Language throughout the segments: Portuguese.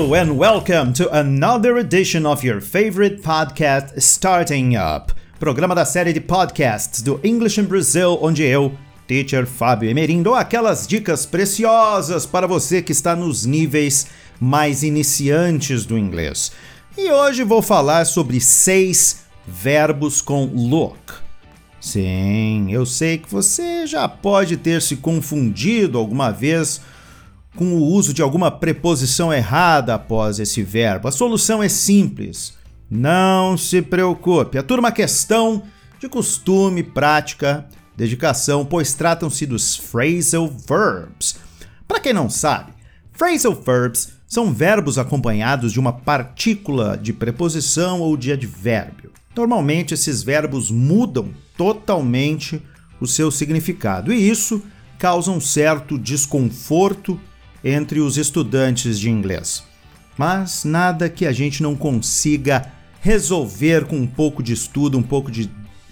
Hello and welcome to another edition of your favorite podcast, Starting Up, programa da série de podcasts do English in Brazil, onde eu, Teacher Fábio Emerim, dou aquelas dicas preciosas para você que está nos níveis mais iniciantes do inglês. E hoje vou falar sobre 6 verbos com look. Sim, eu sei que você já pode ter se confundido alguma vez com o uso de alguma preposição errada após esse verbo. A solução é simples. Não se preocupe. É tudo uma questão de costume, prática, dedicação, pois tratam-se dos phrasal verbs. Para quem não sabe, phrasal verbs são verbos acompanhados de uma partícula de preposição ou de advérbio. Normalmente, esses verbos mudam totalmente o seu significado e isso causa um certo desconforto entre os estudantes de inglês. Mas nada que a gente não consiga resolver com um pouco de estudo, um pouco de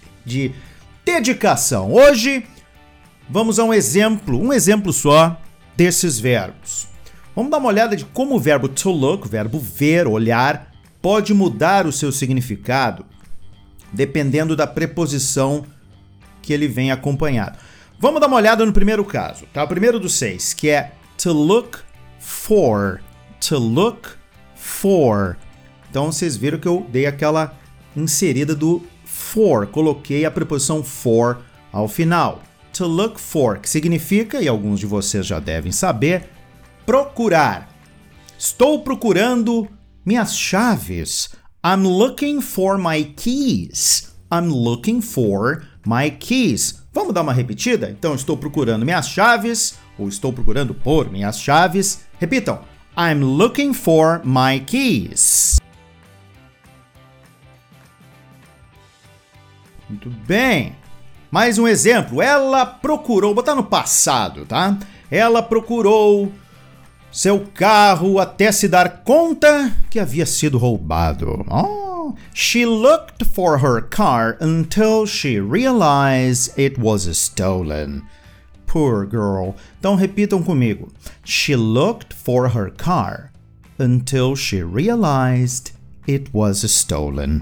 dedicação. Hoje, vamos a um exemplo só desses verbos. Vamos dar uma olhada de como o verbo to look, o verbo ver, olhar, pode mudar o seu significado dependendo da preposição que ele vem acompanhado. Vamos dar uma olhada no primeiro caso, tá? O primeiro dos 6, que é to look for. To look for. Então, vocês viram que eu dei aquela inserida do for. Coloquei a preposição for ao final. To look for, que significa, e alguns de vocês já devem saber, procurar. Estou procurando minhas chaves. I'm looking for my keys. I'm looking for my keys. Vamos dar uma repetida? Então, estou procurando minhas chaves, ou estou procurando por minhas chaves. Repitam. I'm looking for my keys. Muito bem. Mais um exemplo. Ela procurou, vou botar no passado, tá? Ela procurou seu carro até se dar conta que havia sido roubado. She looked for her car until she realized it was stolen. Poor girl. Então repitam comigo. She looked for her car until she realized it was stolen.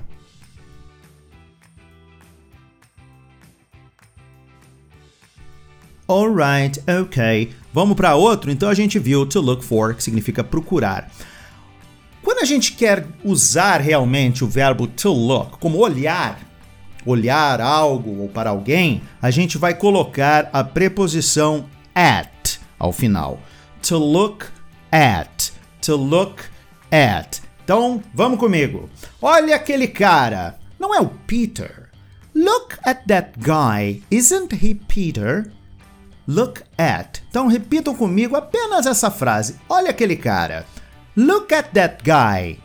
Alright, ok. Vamos para outro? Então a gente viu to look for, que significa procurar. Quando a gente quer usar realmente o verbo to look, como olhar algo ou para alguém, a gente vai colocar a preposição at ao final. To look at. To look at. Então, vamos comigo. Olha aquele cara. Não é o Peter. Look at that guy. Isn't he Peter? Look at. Então, repitam comigo apenas essa frase. Olha aquele cara. Look at that guy.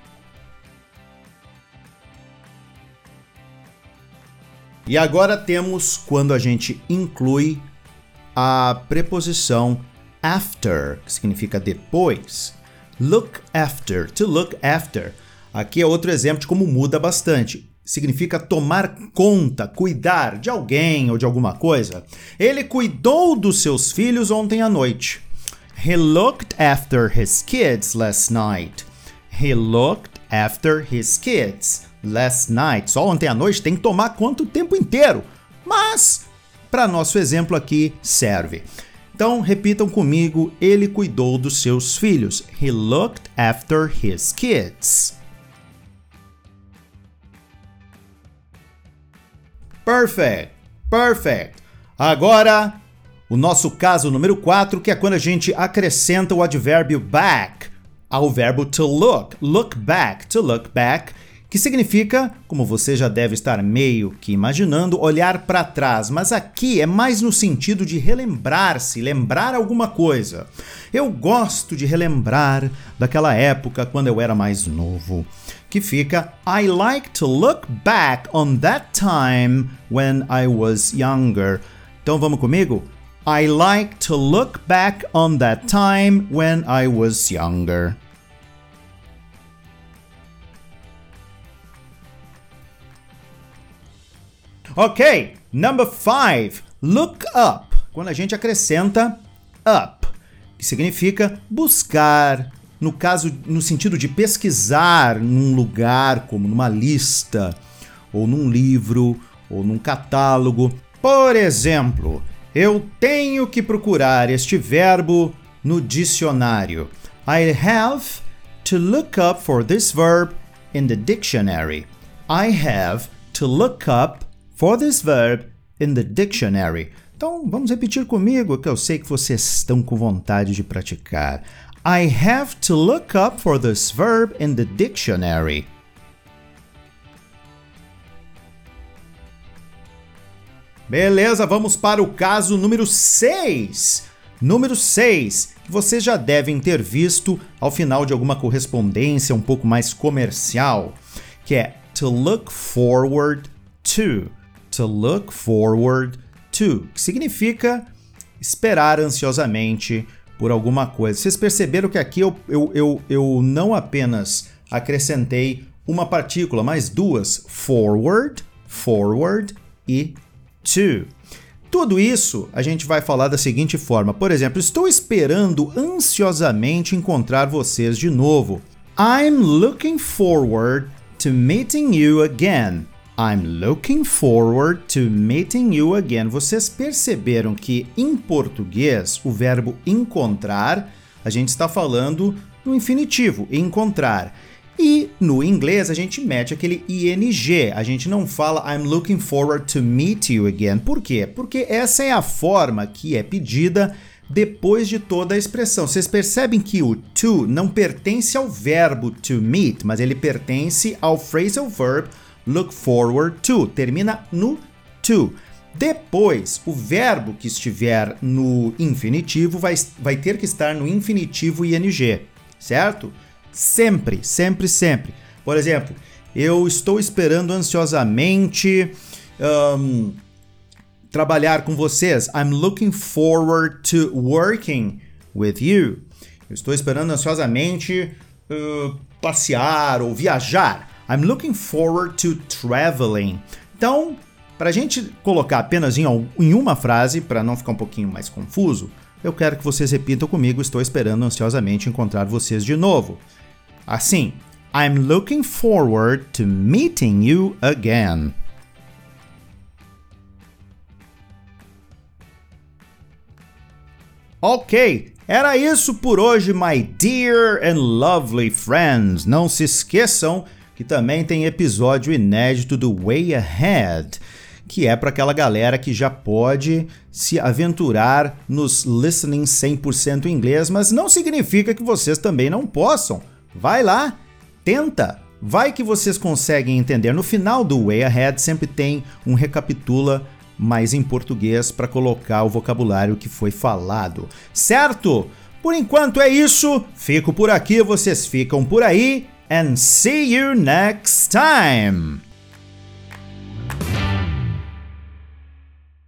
E agora temos quando a gente inclui a preposição after, que significa depois. Look after, to look after. Aqui é outro exemplo de como muda bastante. Significa tomar conta, cuidar de alguém ou de alguma coisa. Ele cuidou dos seus filhos ontem à noite. He looked after his kids last night. He looked after his kids last night. Só ontem à noite tem que tomar conta o tempo inteiro. Mas, para nosso exemplo aqui, serve. Então, repitam comigo. Ele cuidou dos seus filhos. He looked after his kids. Perfect, perfect. Agora, o nosso caso número 4, que é quando a gente acrescenta o advérbio back ao verbo to look. Look back, to look back, que significa, como você já deve estar meio que imaginando, olhar para trás. Mas aqui é mais no sentido de relembrar-se, lembrar alguma coisa. Eu gosto de relembrar daquela época quando eu era mais novo. Que fica, I like to look back on that time when I was younger. Então vamos comigo? I like to look back on that time when I was younger. Ok, number 5, look up. Quando a gente acrescenta up, que significa buscar, no caso, no sentido de pesquisar num lugar, como numa lista, ou num livro, ou num catálogo. Por exemplo, eu tenho que procurar este verbo no dicionário. I have to look up for this verb in the dictionary. I have to look up for this verb in the dictionary. Então, vamos repetir comigo, que eu sei que vocês estão com vontade de praticar. I have to look up for this verb in the dictionary. Beleza, vamos para o caso número 6. Número 6, que vocês já devem ter visto ao final de alguma correspondência um pouco mais comercial, que é to look forward to. To look forward to, que significa esperar ansiosamente por alguma coisa. Vocês perceberam que aqui eu não apenas acrescentei uma partícula, mas duas, forward e to. Tudo isso a gente vai falar da seguinte forma. Por exemplo, estou esperando ansiosamente encontrar vocês de novo. I'm looking forward to meeting you again. I'm looking forward to meeting you again. Vocês perceberam que em português o verbo encontrar, a gente está falando no infinitivo, encontrar. E no inglês a gente mete aquele ing, a gente não fala I'm looking forward to meet you again. Por quê? Porque essa é a forma que é pedida depois de toda a expressão. Vocês percebem que o to não pertence ao verbo to meet, mas ele pertence ao phrasal verb look forward to, termina no to. Depois, o verbo que estiver no infinitivo vai ter que estar no infinitivo ing, certo? Sempre, sempre, sempre. Por exemplo, eu estou esperando ansiosamente trabalhar com vocês. I'm looking forward to working with you. Eu estou esperando ansiosamente passear ou viajar. I'm looking forward to traveling. Então, para a gente colocar apenas em uma frase, para não ficar um pouquinho mais confuso, eu quero que vocês repitam comigo, estou esperando ansiosamente encontrar vocês de novo. Assim, I'm looking forward to meeting you again. Ok, era isso por hoje, my dear and lovely friends. Não se esqueçam que também tem episódio inédito do Way Ahead, que é para aquela galera que já pode se aventurar nos listening 100% inglês, mas não significa que vocês também não possam. Vai lá, tenta, vai que vocês conseguem entender. No final do Way Ahead sempre tem um recapitula mais em português para colocar o vocabulário que foi falado, certo? Por enquanto é isso, fico por aqui, vocês ficam por aí. And see you next time!